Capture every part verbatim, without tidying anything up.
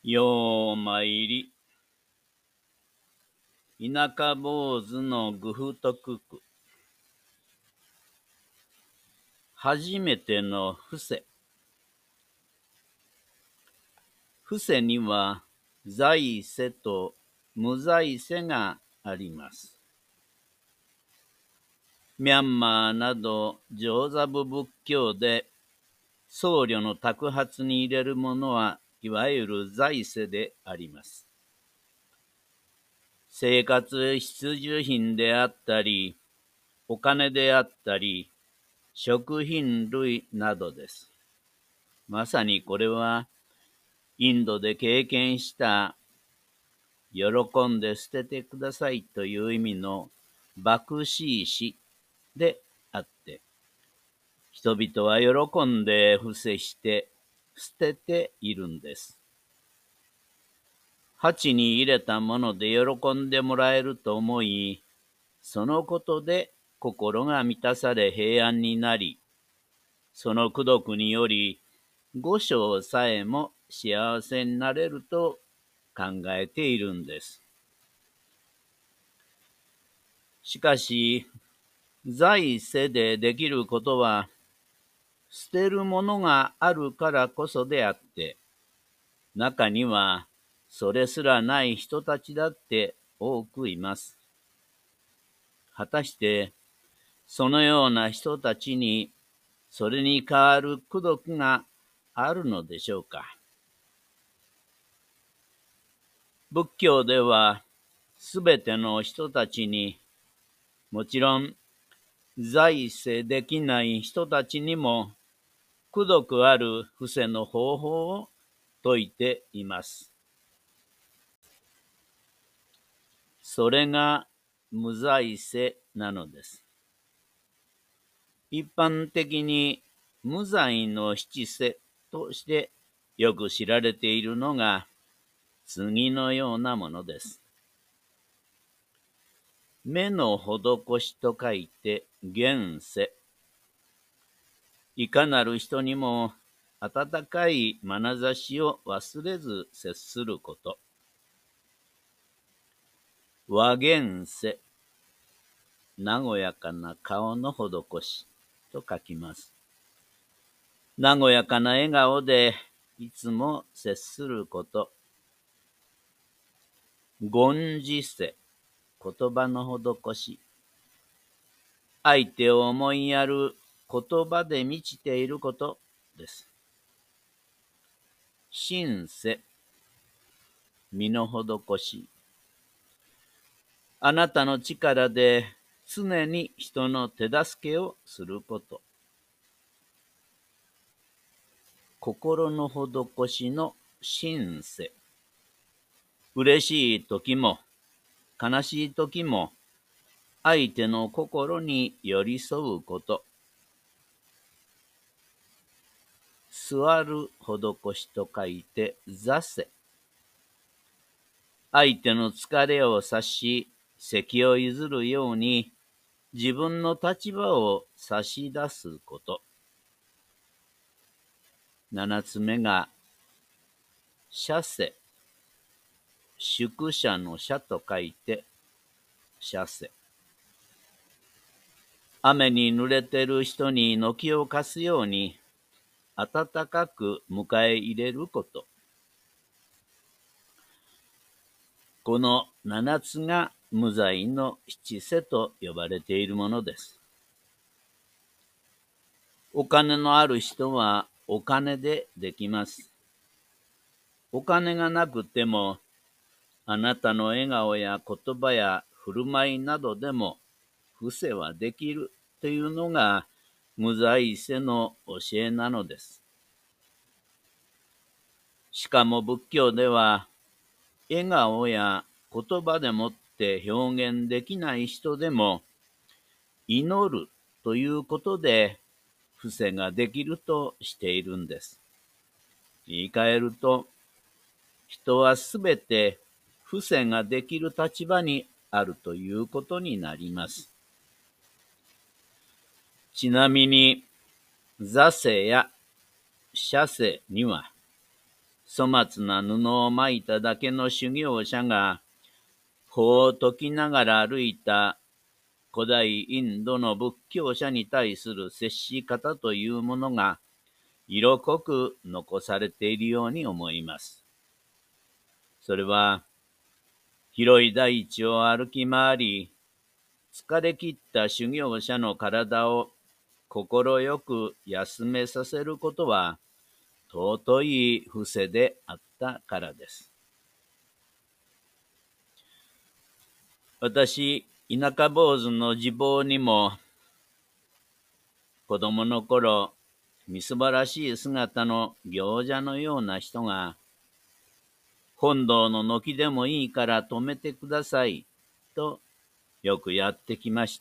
ようまいり、田舎坊主のぐふとくく。初めての伏せ。伏せには在世と無在世があります。ミャンマーなど上座部仏教で僧侶の托鉢に入れるものはいわゆる在世であります。生活必需品であったり、お金であったり、食品類などです。まさにこれはインドで経験した喜んで捨ててくださいという意味のバクシーシであって、人々は喜んで伏せして捨てているんです。鉢に入れたもので喜んでもらえると思い、そのことで心が満たされ平安になり、その功徳により五章さえも幸せになれると考えているんです。しかし、在世でできることは、捨てるものがあるからこそであって、中にはそれすらない人たちだって多くいます。果たして、そのような人たちに、それに代わる功徳があるのでしょうか。仏教では、すべての人たちに、もちろん、在世できない人たちにも、功徳ある伏せの方法を説いています。それが無在世なのです。一般的に無在の七世としてよく知られているのが次のようなものです。目の施しと書いて現世。いかなる人にも温かい眼差しを忘れず接すること。和現世。和やかな顔の施しと書きます。和やかな笑顔でいつも接すること。言辞世。言葉の施し。相手を思いやる言葉で満ちていることです。信世。身の施し。あなたの力で常に人の手助けをすること。心の施しの信世。嬉しい時も悲しい時も相手の心に寄り添うこと。座る施しと書いて座世。相手の疲れを察し、席を譲るように自分の立場を差し出すこと。七つ目が赦世。宿舎の舎と書いて赦世。雨に濡れてる人に軒を貸すように温かく迎え入れること。この七つが無在の七世と呼ばれているものです。お金のある人はお金でできます。お金がなくても、あなたの笑顔や言葉や振る舞いなどでも伏せはできるというのが無在世の教えなのです。しかも仏教では、笑顔や言葉でもって表現できない人でも、祈るということで伏せができるとしているんです。言い換えると、人はすべて伏せができる立場にあるということになります。ちなみに、座世や赦世には、 粗末な布を巻いただけの修行者が、法を説きながら歩いた古代インドの仏教者に対する接し方というものが、色濃く残されているように思います。それは、広い大地を歩き回り、疲れ切った修行者の体を心よく休めさせることは、尊い伏せであったからです。私、田舎坊主の自坊にも、子供の頃、みすばらしい姿の行者のような人が、本堂の軒でもいいから止めてください、とよくやってきました。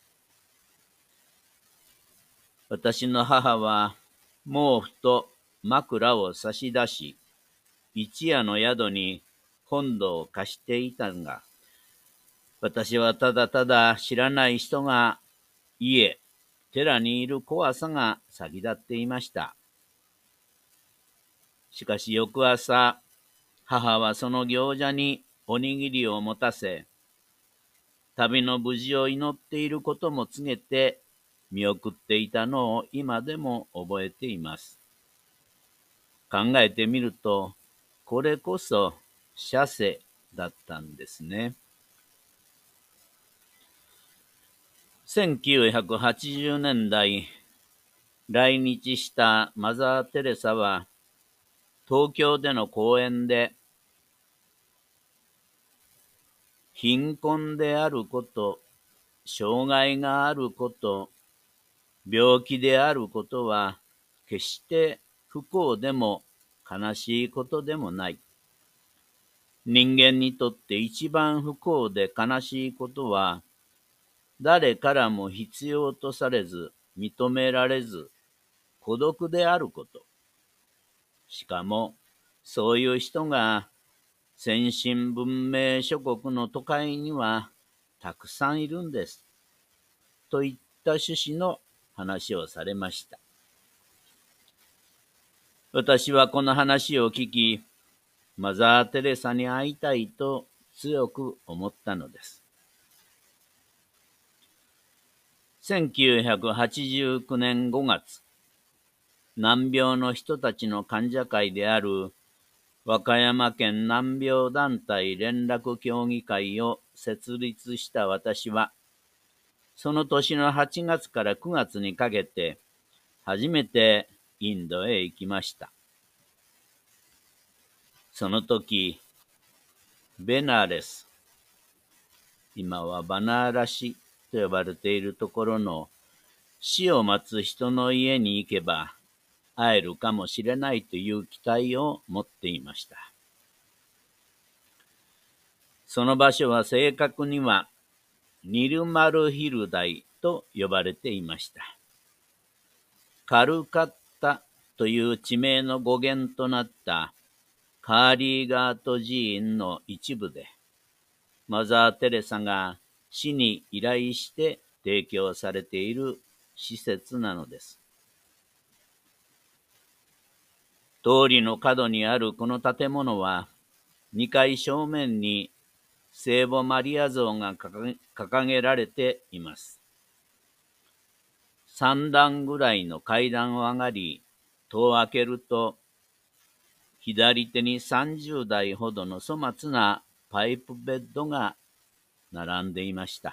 私の母は、毛布と枕を差し出し、一夜の宿に本堂を貸していたが、私はただただ知らない人が家、寺にいる怖さが先立っていました。しかし翌朝、母はその行者におにぎりを持たせ、旅の無事を祈っていることも告げて見送っていたのを今でも覚えています。考えてみると、これこそ写生だったんですね。せんきゅうひゃくはちじゅうねんだい、来日したマザー・テレサは、東京での講演で、貧困であること、障害があること、病気であることは、決して不幸でも悲しいことでもない。人間にとって一番不幸で悲しいことは、誰からも必要とされず、認められず、孤独であること。しかも、そういう人が先進文明諸国の都会にはたくさんいるんです。といった趣旨の話をされました。私はこの話を聞き、マザー・テレサに会いたいと強く思ったのです。せんきゅうひゃくはちじゅうきゅうねんごがつ、難病の人たちの患者会である和歌山県難病団体連絡協議会を設立した私は、その年のはちがつからくがつにかけて、初めてインドへ行きました。その時、ベナレス、今はバナーラシと呼ばれているところの死を待つ人の家に行けば会えるかもしれないという期待を持っていました。その場所は正確にはニルマルヒルダイと呼ばれていました。カルカッタという地名の語源となったカーリーガート寺院の一部で、マザー・テレサが市に依頼して提供されている施設なのです。通りの角にあるこの建物は、にかい正面に聖母マリア像が掲げられています。三段ぐらいの階段を上がり、戸を開けると、左手にさんじゅうだいほどの粗末なパイプベッドが並んでいました。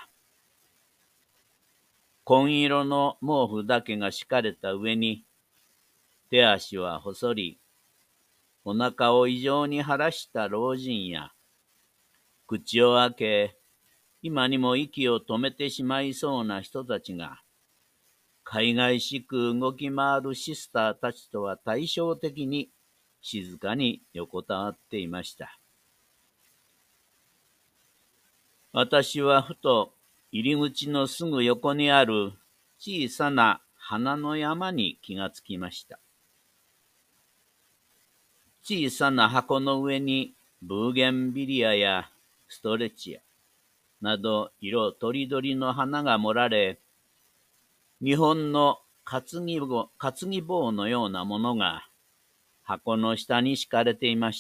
紺色の毛布だけが敷かれた上に、手足は細り、お腹を異常に晴らした老人や、口を開け、今にも息を止めてしまいそうな人たちが、海外しく動き回るシスターたちとは対照的に静かに横たわっていました。私はふと入り口のすぐ横にある小さな花の山に気がつきました。小さな箱の上にブーゲンビリアやストレチアなど色とりどりの花が盛られ、日本の担ぎ棒、担ぎ棒のようなものが箱の下に敷かれていました。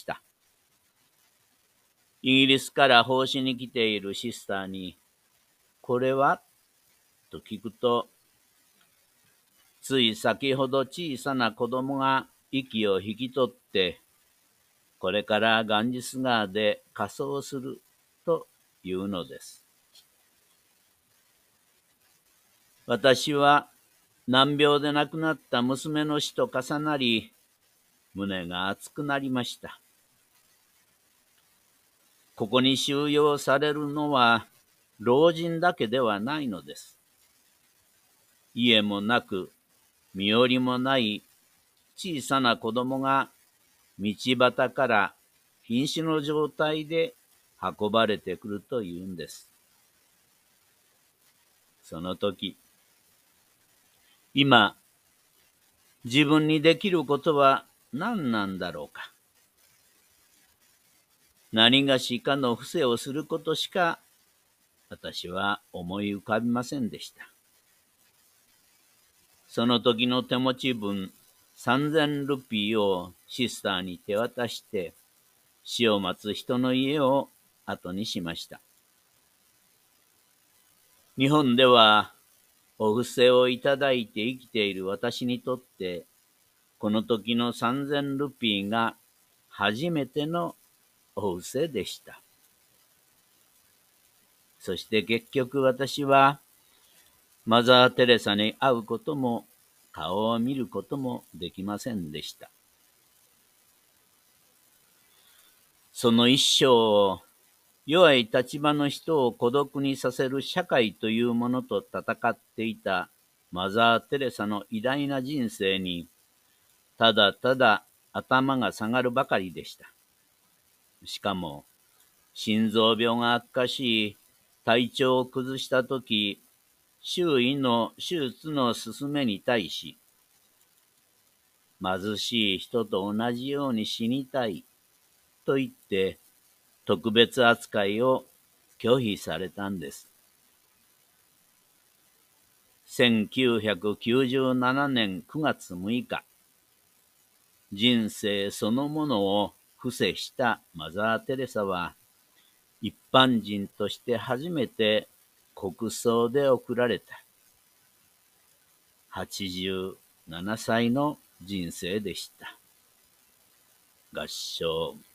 イギリスから奉仕に来ているシスターに、これはと聞くと、つい先ほど小さな子供が息を引き取って、これからガンジス川で仮装するというのです。私は難病で亡くなった娘の死と重なり、胸が熱くなりました。ここに収容されるのは老人だけではないのです。家もなく、身寄りもない小さな子供が道端から瀕死の状態で運ばれてくるというんです。その時、今、自分にできることは何なんだろうか。何がしかの伏せをすることしか私は思い浮かびませんでした。その時の手持ち分三千ルピーをシスターに手渡して、死を待つ人の家を後にしました。日本ではお布施をいただいて生きている私にとって、この時の三千ルピーが初めてのお布施でした。そして結局私はマザー・テレサに会うことも顔を見ることもできませんでした。その一生を弱い立場の人を孤独にさせる社会というものと戦っていたマザー・テレサの偉大な人生に、ただただ頭が下がるばかりでした。しかも、心臓病が悪化し、体調を崩したとき、周囲の手術の勧めに対し、貧しい人と同じように死にたいと言って、特別扱いを拒否されたんです。せんきゅうひゃくきゅうじゅうななねんくがつむいか、人生そのものを伏せしたマザー・テレサは、一般人として初めて国葬で送られたはちじゅうななさいの人生でした。合唱。